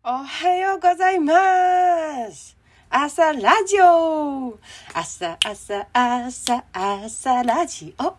おはようございます。朝ラジオ。朝ラジオ。はい、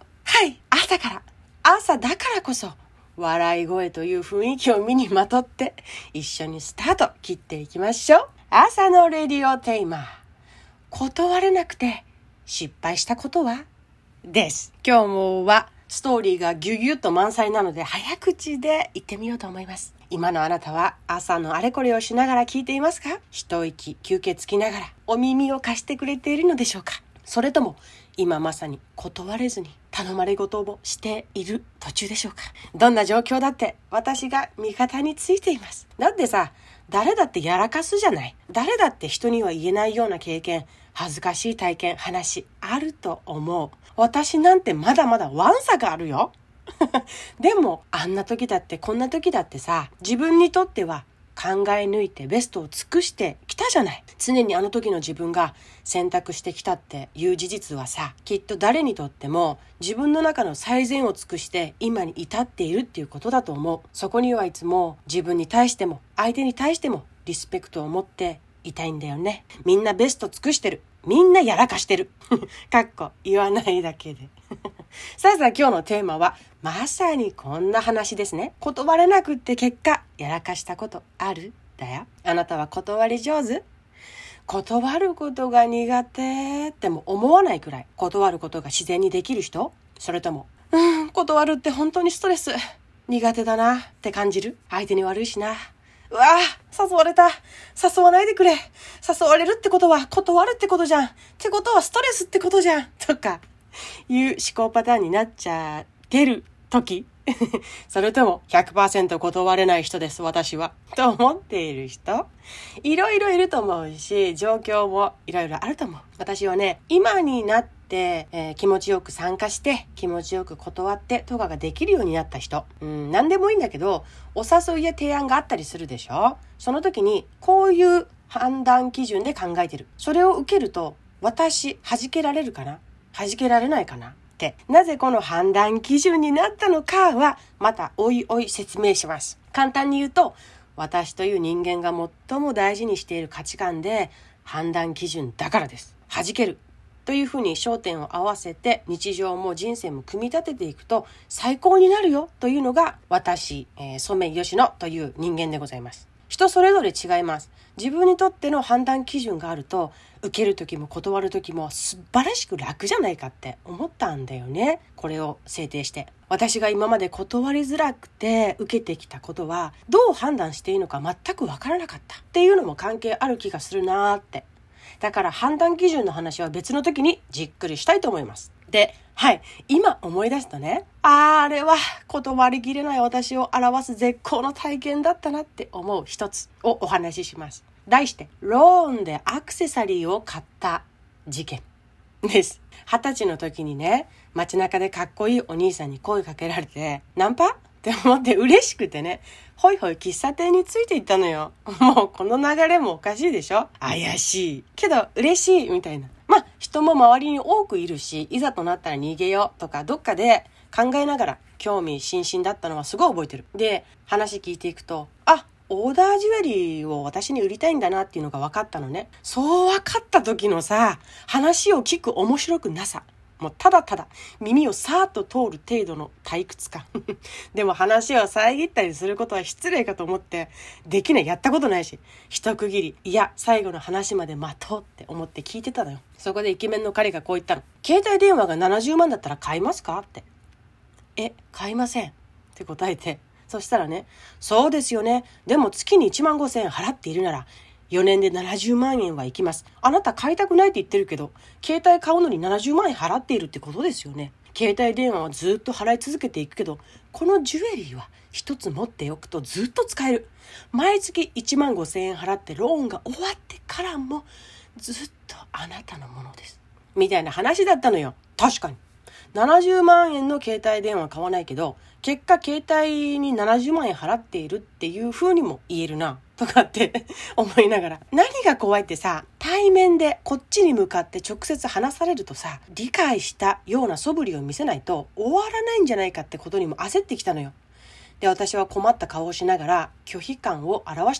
朝から。朝だからこそ、笑い声という雰囲気を身にまとって、一緒にスタート切っていきましょう。朝のレディオテーマ。断れなくて失敗したことはです。今日はストーリーがギュギュッと満載なので早口で言ってみようと思います。今のあなたは朝のあれこれをしながら聞いていますか？一息休憩つきながらお耳を貸してくれているのでしょうか？それとも今まさに断れずに頼まれ事をしている途中でしょうか？どんな状況だって私が味方についています。だってさ、誰だってやらかすじゃない。誰だって人には言えないような経験、恥ずかしい体験、話あると思う。私なんてまだまだワンサがあるよ。でもあんな時だってこんな時だってさ、自分にとっては考え抜いてベストを尽くしてきたじゃない。常にあの時の自分が選択してきたっていう事実はさ、きっと誰にとっても自分の中の最善を尽くして今に至っているっていうことだと思う。そこにはいつも自分に対しても相手に対してもリスペクトを持っていたいんだよね。みんなベスト尽くしてる。みんなやらかしてる。かっこ言わないだけで。さあ今日のテーマはまさにこんな話ですね。断れなくって結果やらかしたことある？だよ。あなたは断り上手？断ることが苦手っても思わないくらい断ることが自然にできる人？それとも断るって本当にストレス、苦手だなって感じる？相手に悪いしな、うわぁ、誘われた。誘わないでくれ。誘われるってことは断るってことじゃん。ってことはストレスってことじゃん。とかいう思考パターンになっちゃってる時それとも 100% 断れない人です私はと思っている人、いろいろいると思うし、状況もいろいろあると思う。私はね、今になって気持ちよく参加して気持ちよく断ってとかができるようになった人、何でもいいんだけどお誘いや提案があったりするでしょ。その時にこういう判断基準で考えてる。それを受けると私弾けられるかな、弾けられないかなって、なぜこの判断基準になったのかはまたおいおい説明します。簡単に言うと、私という人間が最も大事にしている価値観で判断基準だからです。弾けるというふうに焦点を合わせて日常も人生も組み立てていくと最高になるよというのが私、ソメイヨシノという人間でございます。人それぞれ違います。自分にとっての判断基準があると受ける時も断る時も素晴らしく楽じゃないかって思ったんだよね。これを制定して、私が今まで断りづらくて受けてきたことはどう判断していいのか全くわからなかったっていうのも関係ある気がするなーって。だから判断基準の話は別の時にじっくりしたいと思います。で、今思い出すとね、あれは断りきれない私を表す絶好の体験だったなって思う一つをお話しします。題して、ローンでアクセサリーを買った事件です。20歳の時にね、街中でかっこいいお兄さんに声かけられて、ナンパって思って嬉しくてね、ほいほい喫茶店についていったのよ。もうこの流れもおかしいでしょ？怪しいけど嬉しいみたいな。人も周りに多くいるし、いざとなったら逃げようとかどっかで考えながら興味津々だったのはすごい覚えてる。で、話聞いていくと、オーダージュエリーを私に売りたいんだなっていうのが分かったのね。そう分かった時のさ、話を聞く面白くなさ。もうただただ耳をさーっと通る程度の退屈感。でも話を遮ったりすることは失礼かと思ってできない、やったことないし、一区切り、いや最後の話まで待とうって思って聞いてたのよ。そこでイケメンの彼がこう言ったの。携帯電話が70万だったら買いますかって。買いませんって答えて、そしたらね、そうですよね。でも月に1万5,000円払っているなら4年で70万円はいきます。あなた買いたくないって言ってるけど、携帯買うのに70万円払っているってことですよね。携帯電話はずっと払い続けていくけど、このジュエリーは一つ持っておくとずっと使える。毎月1万5,000円払ってローンが終わってからもずっとあなたのものです。みたいな話だったのよ。確かに。70万円の携帯電話買わないけど、結果携帯に70万円払っているっていう風にも言えるなとかって思いながら、何が怖いってさ、対面でこっちに向かって直接話されるとさ、理解したような素振りを見せないと終わらないんじゃないかってことにも焦ってきたのよ。で、私は困った顔をしながら拒否感を表したの。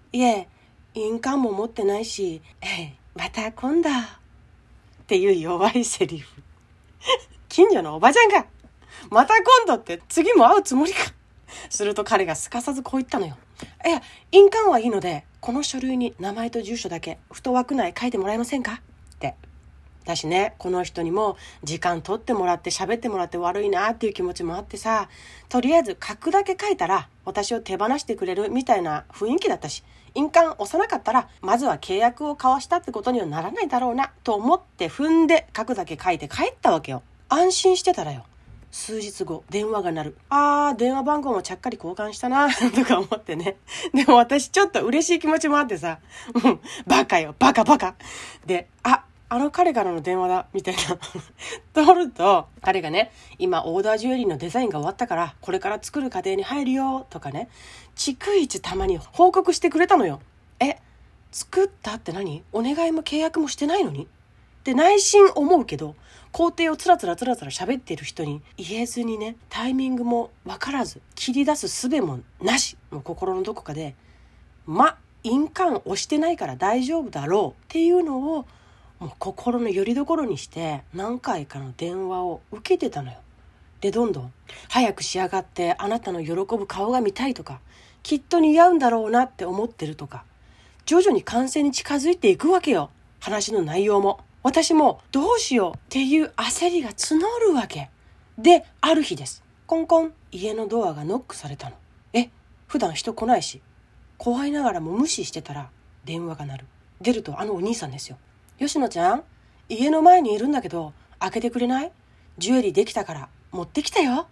いえ、印鑑も持ってないし、また今度っていう弱いセリフ。近所のおばちゃんが、また今度って次も会うつもりか。すると彼がすかさずこう言ったのよ。いや、印鑑はいいので、この書類に名前と住所だけ太枠内書いてもらえませんかって。私ね、この人にも時間取ってもらって喋ってもらって悪いなっていう気持ちもあってさ、とりあえず書くだけ書いたら私を手放してくれるみたいな雰囲気だったし、印鑑押さなかったらまずは契約を交わしたってことにはならないだろうなと思って踏んで書くだけ書いて帰ったわけよ。安心してたらよ、数日後電話が鳴る。電話番号もちゃっかり交換したなとか思ってね。でも私ちょっと嬉しい気持ちもあってさ、バカよ、バカで、あの彼からの電話だみたいな取ると、彼がね、今オーダージュエリーのデザインが終わったからこれから作る過程に入るよとかね、逐一たまに報告してくれたのよ。作ったって何？お願いも契約もしてないのにって内心思うけど、工程をつらつら喋っている人に言えずにね、タイミングも分からず切り出す術もなし、もう心のどこかで印鑑押してないから大丈夫だろうっていうのをもう心の拠り所にして何回かの電話を受けてたのよ。で、どんどん早く仕上がってあなたの喜ぶ顔が見たいとか、きっと似合うんだろうなって思ってるとか、徐々に完成に近づいていくわけよ。話の内容も。私もどうしようっていう焦りが募るわけ。で、ある日です。コンコン、家のドアがノックされたの。普段人来ないし、怖いながらも無視してたら電話が鳴る。出るとあのお兄さんですよ。吉野ちゃん、家の前にいるんだけど開けてくれない？ジュエリーできたから持ってきたよって。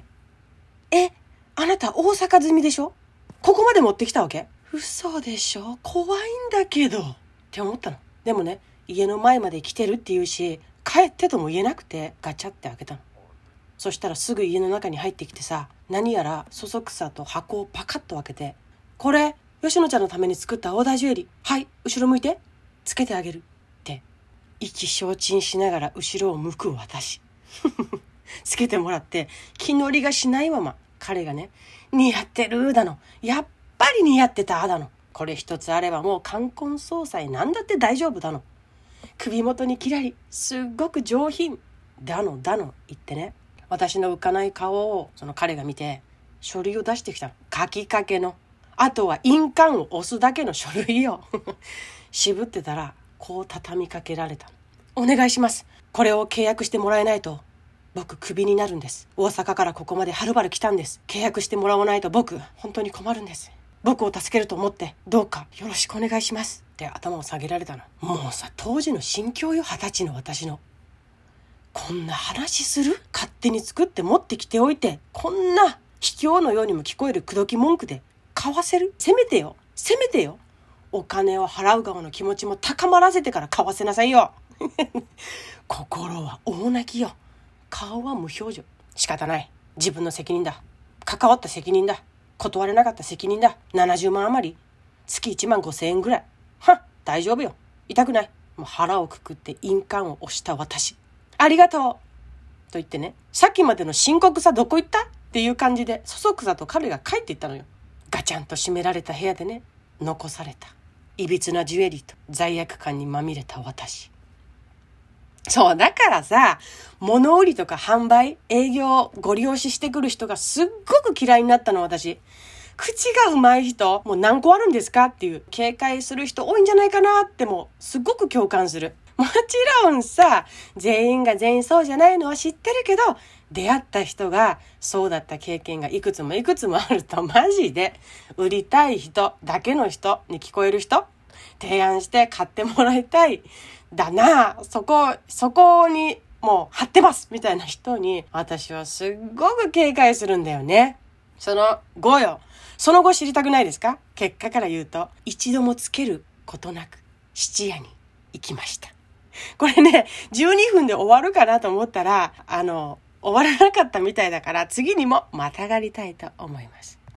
あなた大阪済みでしょ？ここまで持ってきたわけ？嘘でしょ？怖いんだけどって思ったの。でもね、家の前まで来てるって言うし、帰ってとも言えなくてガチャって開けたの。そしたらすぐ家の中に入ってきてさ、何やらそそくさと箱をパカッと開けて、これ吉野ちゃんのために作ったオーダージュエリー、はい後ろ向いて、つけてあげるって意気消沈しながら後ろを向く私つけてもらって気乗りがしないまま、彼がね、似合ってるだの、やっぱり似合ってただの、これ一つあればもう冠婚葬祭なんだって大丈夫だの、首元にキラリ、すっごく上品だの言ってね、私の浮かない顔をその彼が見て書類を出してきたの。書きかけの、あとは印鑑を押すだけの書類よ渋ってたらこう畳みかけられた。お願いします、これを契約してもらえないと僕クビになるんです。大阪からここまではるばる来たんです。契約してもらわないと僕本当に困るんです。僕を助けると思ってどうかよろしくお願いしますって頭を下げられたの。もうさ、当時の心境よ、20歳の私の。こんな話する？勝手に作って持ってきておいて、こんな卑怯のようにも聞こえる口説き文句で買わせる？せめてよお金を払う側の気持ちも高まらせてから買わせなさいよ心は大泣きよ、顔は無表情。仕方ない、自分の責任だ、関わった責任だ、断れなかった責任だ。70万余り、月1万5,000円ぐらい、大丈夫よ、痛くない。もう腹をくくって印鑑を押した私、ありがとうと言ってね、さっきまでの深刻さどこ行ったっていう感じでそそくさと彼が帰っていったのよ。ガチャンと閉められた部屋でね、残されたいびつなジュエリーと罪悪感にまみれた私。そうだからさ、物売りとか販売、営業をご利用ししてくる人がすっごく嫌いになったの私。口がうまい人もう何個あるんですかっていう警戒する人多いんじゃないかなって、もうすっごく共感する。もちろんさ、全員が全員そうじゃないのは知ってるけど、出会った人がそうだった経験がいくつもあると、マジで売りたい人だけの人に聞こえる人、提案して買ってもらいたいだな、そこにもう貼ってますみたいな人に私はすっごく警戒するんだよね。その後知りたくないですか？結果から言うと、一度もつけることなく質屋に行きました。これね、12分で終わるかなと思ったら終わらなかったみたいだから、次にもまたがりたいと思います。